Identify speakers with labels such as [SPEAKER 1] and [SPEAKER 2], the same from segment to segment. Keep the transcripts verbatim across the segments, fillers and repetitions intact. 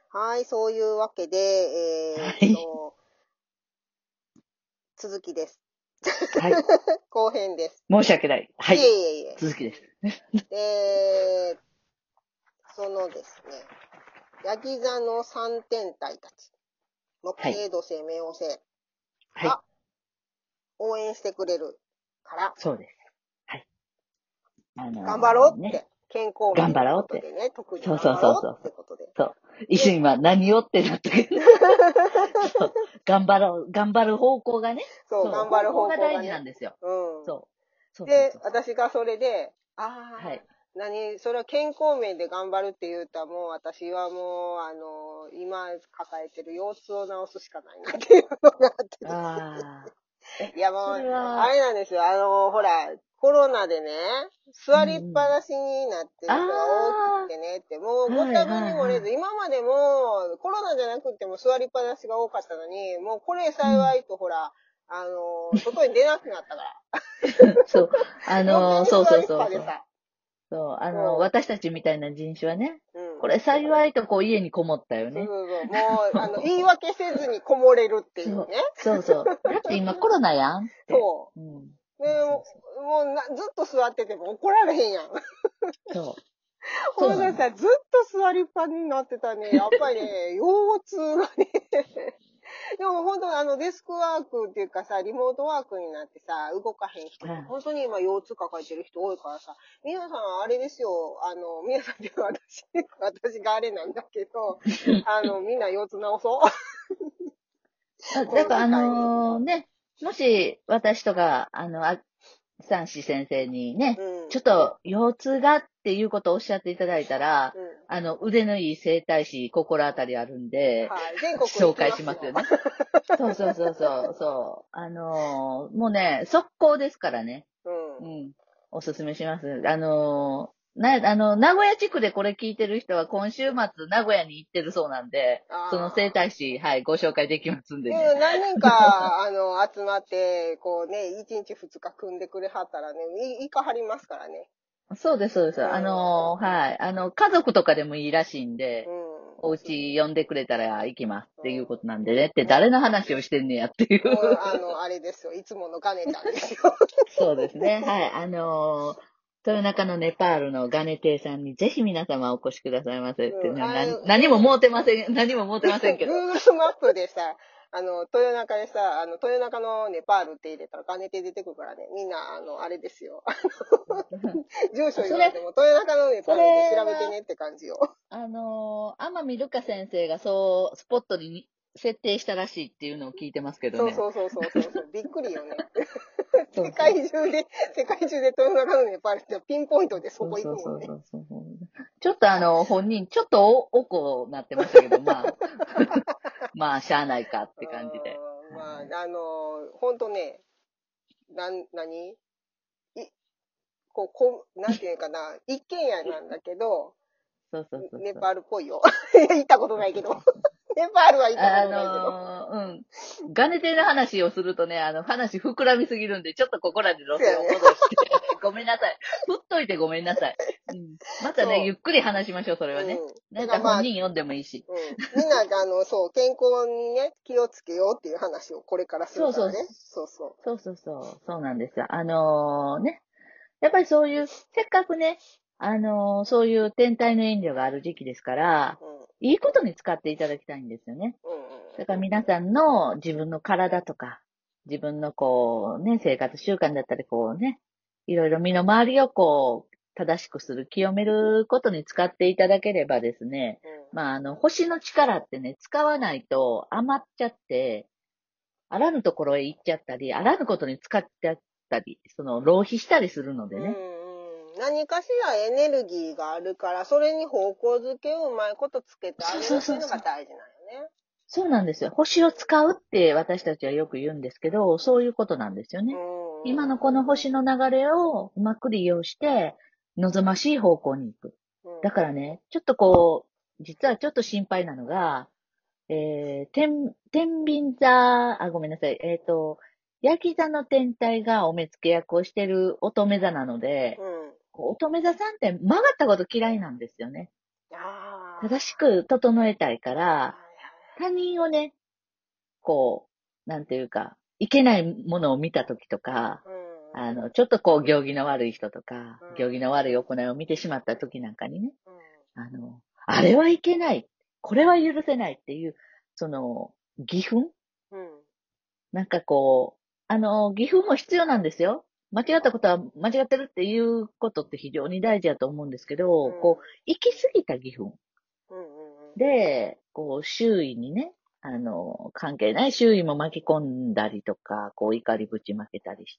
[SPEAKER 1] はい、そういうわけで、えー、っと、はい、続きです。はい。後編です。
[SPEAKER 2] 申し訳ない。はい。いえいえいえ。続きです。
[SPEAKER 1] えー、そのですね、ヤギ座の三天体たち、木星、土星、冥王星が応援してくれるから、はい、そうです。はい。あのー、頑張ろうって。ね、健康面ということでね、特に頑張ろうってことで。そう。一瞬今何をってなったけど。そう。頑張ろう、頑張る方向がね。そう、頑張る方向が大事なんですよ。うん。そう。そうで、私がそれで、ああ、はい。何、それは健康面で頑張るって言うたらもう私はもう、あの、今抱えてる腰痛を治すしかないなっていうのがあってですね。ああ。いやもう、あれなんですよ。あの、ほら、コロナでね、座りっぱなしになってる人が大きくてねって、もうご多分に漏れず、今までもコロナじゃなくても座りっぱなしが多かったのに、もうこれ幸いとほら、あの、外に出なくなったから。そう。あの、そうそうそうそう。そう、あの、私たちみたいな人種はね、うん、これ幸いとこう家にこもったよね。そうそうそう。もう、あの、言い訳せずにこもれるっていうね。そうそうそう。だって今コロナやんって。そう。うん。でもう、もうなずっと座ってても怒られへんやん。そう。ほんでさ、ずっと座りっぱになってたね。やっぱりね、腰痛がね。でも本当あのデスクワークっていうかさ、リモートワークになってさ、動かへん人、うん、本当に今腰痛抱えてる人多いからさ、皆さんあれですよ、あの、皆さんっていうか私、私があれなんだけど、あの、みんな腰痛治そう。だからあのー、ね、もし私とか、あの、あ三子先生にね、うん、ちょっと腰痛がっていうことをおっしゃっていただいたら、うん、あの、腕のいい整体師、心当たりあるんで、はい、全国紹介しますよね。そうそうそうそう、そう。あのー、もうね、速攻ですからね。うん。うん。おすすめします。あのー、な、あの、名古屋地区でこれ聞いてる人は今週末名古屋に行ってるそうなんで、その整体師、はい、ご紹介できますんでね。何人か、あの、集まって、こうね、いちにちふつか組んでくれはったらね、い、いかはりますからね。そうです、そうです。うん、あのー、はい。あの、家族とかでもいいらしいんで、うん、お家呼んでくれたら行きますっていうことなんでね、って誰の話をしてんねやっていう。あの、あれですよ。いつものガネちゃんですよ。そうですね。はい。あのー、豊中のネパールのガネ亭さんにぜひ皆様お越しくださいませって、うん、何, 何も持ってません、何も持ってませんけど。Google マップでさ、あの、豊中でさ、あの、豊中のネパールって入れたらガネ亭出てくるからね。みんな、あの、あれですよ。住所言われても、豊中のネパールで調べてねって感じよ。あのー、天海瑠香先生がそう、スポットに設定したらしいっていうのを聞いてますけどね。そうそうそうそうそう。びっくりよね。世界中で、世界中で豊中のネパールってピンポイントでそこ行くもんね。そうそうそうそうちょっとあの、本人、ちょっとお、おこなってましたけど、まあ、まあ、しゃあないかって感じで。まあ、あの、ほんとね、なん、なにい、こう、こう、なんていうかな、一軒家なんだけど、そうそうそうそうネパールっぽいよ。行ったことないけど。ネパールは行ったことないけど。あのー、うん。ガネ亭の話をするとね、あの、話膨らみすぎるんで、ちょっとここらで路線を戻して、ね、ごめんなさい。振っといてごめんなさい。うん。またね、ゆっくり話しましょう、それはね。うん、なんか本人読んでもいいし。うん。みんな、あの、そう、健康にね、気をつけようっていう話をこれからするからね。そうそう。そうそうそう。そうなんですよ。あのー、ね。やっぱりそういう、せっかくね、あのー、そういう天体の遠慮がある時期ですから、うん、いいことに使っていただきたいんですよね。うんうん、だから皆さんの自分の体とか、自分のこうね、生活習慣だったりこうね、いろいろ身の回りをこう、正しくする、清めることに使っていただければですね、うん、まああの、星の力ってね、使わないと余っちゃって、あらぬところへ行っちゃったり、あらぬことに使っちゃったり、その浪費したりするのでね。うんうん、何かしらエネルギーがあるから、それに方向づけをうまいことつけてあげるっていうのが大事なんよね。そうなんですよ。星を使うって私たちはよく言うんですけど、そういうことなんですよね。うんうん、今のこの星の流れをうまく利用して、望ましい方向に行く。だからね、ちょっとこう、実はちょっと心配なのが、えー、天、天秤座、あ、ごめんなさい。えっ、ー、と、焼き座の天体がお目付け役をしてる乙女座なので、うん、乙女座さんって曲がったこと嫌いなんですよね。あ
[SPEAKER 2] 正しく整えたいから、他人をね、こう、なんていうか、いけないものを見たときとか、うん、あの、ちょっとこう、行儀の悪い人とか、うん、行儀の悪い行いを見てしまったときなんかにね、うん、あの、あれはいけない、これは許せないっていう、その、義憤、うん、なんかこう、あの、義憤も必要なんですよ。間違ったことは間違ってるっていうことって非常に大事だと思うんですけど、うん、こう、行き過ぎた義憤。で、こう、周囲にね、あの、関係ない周囲も巻き込んだりとか、こう、怒りぶちまけたりして、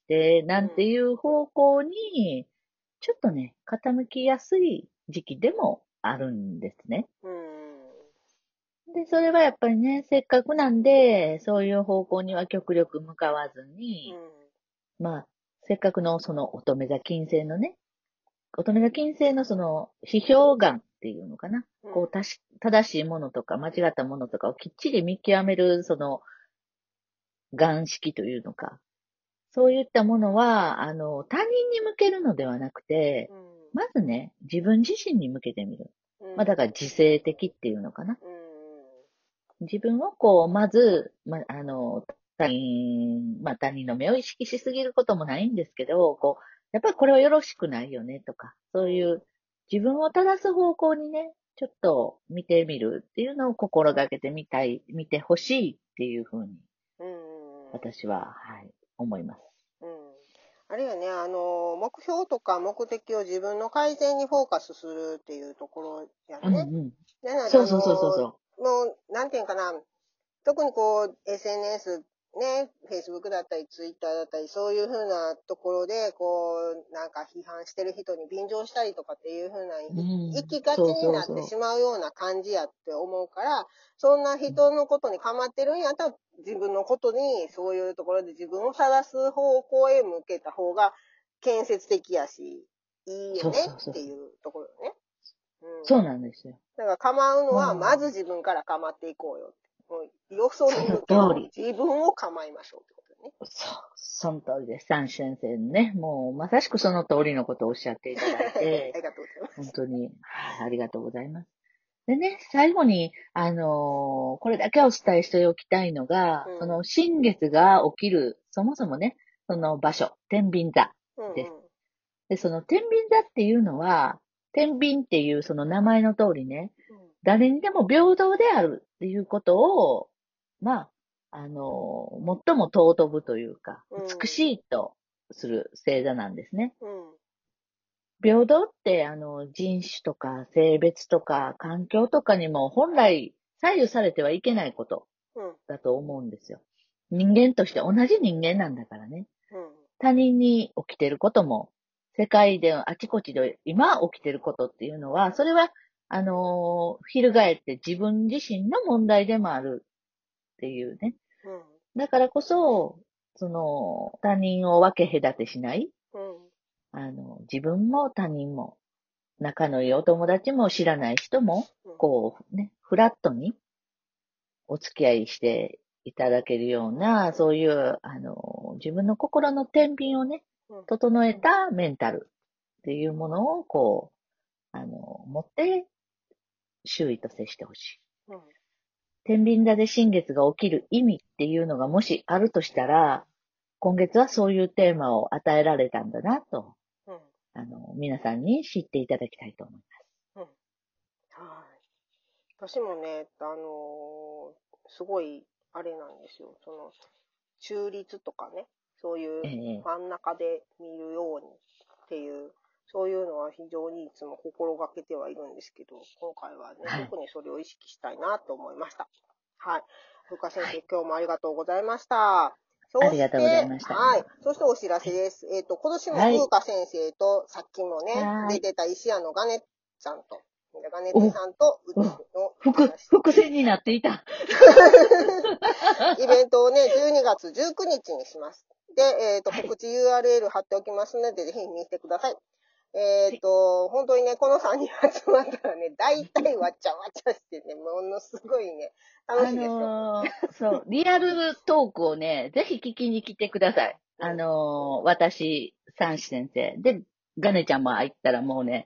[SPEAKER 2] なんていう方向に、ちょっとね、傾きやすい時期でもあるんですね。で、それはやっぱりね、せっかくなんで、そういう方向には極力向かわずに、まあ、せっかくのその乙女座金星のね、乙女座金星のその批評眼っていうのかな、うん、こうたし、正しいものとか間違ったものとかをきっちり見極めるその眼識というのか、そういったものは、あの、他人に向けるのではなくて、うん、まずね、自分自身に向けてみる。うん、まあだから自制的っていうのかな。うん、自分をこう、まず、ま、あの、他人、まあ他人の目を意識しすぎることもないんですけど、こう、やっぱりこれはよろしくないよねとか、そういう自分を正す方向にね、ちょっと見てみるっていうのを心がけてみたい、見てほしいっていうふうに、私は、はい、思います。
[SPEAKER 1] うん。あれよね、あの、目標とか目的を自分の改善にフォーカスするっていうところやね。うんうん。
[SPEAKER 2] そうそうそうそうそ
[SPEAKER 1] う。もう、なんていうかな、特にこう、エスエヌエス、ね、Facebook だったり、Twitter だったり、そういうふうなところで、こう、なんか批判してる人に便乗したりとかっていうふうな、うん、生きがちになってしまうような感じやって思うから、そんな人のことに構ってるんやったら、自分のことに、そういうところで自分を正す方向へ向けた方が建設的やし、いいよねっていうところね。
[SPEAKER 2] うん、そうなんですよ。
[SPEAKER 1] だから構うのは、まず自分から構っていこうよ。よそに向けず自分を構いましょうってことね。
[SPEAKER 2] そう、その通りです。三種先生ね、もうまさしくその通りのことをおっしゃっていただいて、
[SPEAKER 1] ありがとうございます。
[SPEAKER 2] 本当に、はい、ありがとうございます。でね、最後に、あのー、これだけお伝えしておきたいのが、うん、その新月が起きる、そもそもね、その場所、天秤座です。うんうん、で、その天秤座っていうのは、天秤っていうその名前の通りね、うん、誰にでも平等であるっていうことを、まあ、あの、最も尊ぶというか、美しいとする星座なんですね。うん、平等って、あの、人種とか性別とか環境とかにも本来左右されてはいけないことだと思うんですよ。人間として同じ人間なんだからね。うん、他人に起きてることも、世界であちこちで今起きてることっていうのは、それは、あの、翻って自分自身の問題でもあるっていうね。うん、だからこそ、その、他人を分け隔てしない。うん、あの、自分も他人も、仲のいいお友達も知らない人も、こうね、フラットにお付き合いしていただけるような、そういう、あの、自分の心の天秤をね、整えたメンタルっていうものを、こう、あの、持って、周囲と接してほしい。うん、天秤座で新月が起きる意味っていうのがもしあるとしたら、今月はそういうテーマを与えられたんだなと、うん、あの、皆さんに知っていただきたいと思います。うん、
[SPEAKER 1] はい。私もね、あのー、すごい、あれなんですよ。その、中立とかね、そういう真ん中で見るようにっていう、えー、そういうのは非常にいつも心がけてはいるんですけど、今回はね、はい、特にそれを意識したいなと思いました。はい。風花先生、はい、今日もありがとうございました。そして、ありがとうございました。はい。そしてお知らせです。はい、えっと、今年も風花先生と、さっきもね、出てた石屋のガネさんと、ガネテさんと、うちの
[SPEAKER 2] 伏、伏線になっていた。
[SPEAKER 1] イベントをね、じゅうにがつじゅうくにちにします。で、えっと、告知 ユーアールエル 貼っておきますので、ぜひ見てください。えっと、本当にね、このさんにん集まったらね、大体わちゃわちゃしてね、ものすごいね、楽しいですよ。
[SPEAKER 2] あのー、そう、リアルトークをね、ぜひ聞きに来てください。あのー、私、三子先生。で、ガネちゃんも入ったらもうね、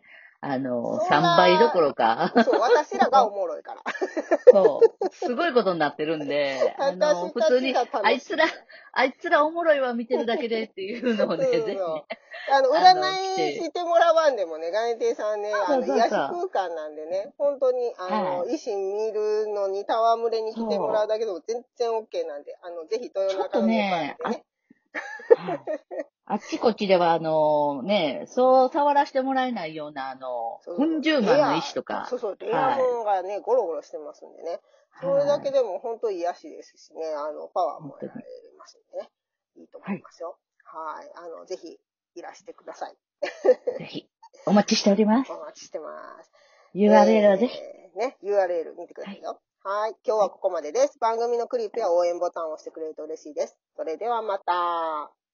[SPEAKER 2] あの、
[SPEAKER 1] そんな
[SPEAKER 2] さんばいどころか。
[SPEAKER 1] そう、私らがおもろいから。
[SPEAKER 2] そう。すごいことになってるんで、あの、
[SPEAKER 1] 私た
[SPEAKER 2] 普通に、
[SPEAKER 1] ちが楽しいから。
[SPEAKER 2] あいつら、あいつらおもろいわ見てるだけでっていうのをね、
[SPEAKER 1] そうそう
[SPEAKER 2] ぜひね、
[SPEAKER 1] あの、
[SPEAKER 2] あの、来
[SPEAKER 1] 占い
[SPEAKER 2] て。
[SPEAKER 1] してもらわんでもね、ガネティさんね、あの、
[SPEAKER 2] そうそう
[SPEAKER 1] 癒し
[SPEAKER 2] そう。
[SPEAKER 1] 空間なんでね、本当に、あの、
[SPEAKER 2] はい。
[SPEAKER 1] 医師見るのに戯れに来てもらう
[SPEAKER 2] そ
[SPEAKER 1] だけでも全然 OK なんで、あの、ぜひ
[SPEAKER 2] う。ちょっと
[SPEAKER 1] 豊中のネパール
[SPEAKER 2] ね、あ、
[SPEAKER 1] でね。
[SPEAKER 2] はい。あっちこっちでは、あの、ね、そう触らせてもらえないような、あの、
[SPEAKER 1] そうそう
[SPEAKER 2] うん十
[SPEAKER 1] レア、
[SPEAKER 2] 万の石とか、
[SPEAKER 1] そうそう、レア
[SPEAKER 2] はい。
[SPEAKER 1] もんがね、ゴロゴロしてますんでね。それだ
[SPEAKER 2] はい。
[SPEAKER 1] けでも本当癒しですしね、あの、パワーも得ら
[SPEAKER 2] 本当に。
[SPEAKER 1] れますんでね。いいと思
[SPEAKER 2] はい。
[SPEAKER 1] いますよ。はい。あの、ぜひ、いらしてください。
[SPEAKER 2] ぜひ、お待ちしております。
[SPEAKER 1] お待ちしてます。
[SPEAKER 2] ユーアールエル はぜひ。
[SPEAKER 1] えー、ね、ユーアールエル 見てくだ
[SPEAKER 2] はい。
[SPEAKER 1] さいよ。はい。今日はここまでです。番組のクリップや応援ボタンを押してくれると嬉しいです。それではまた。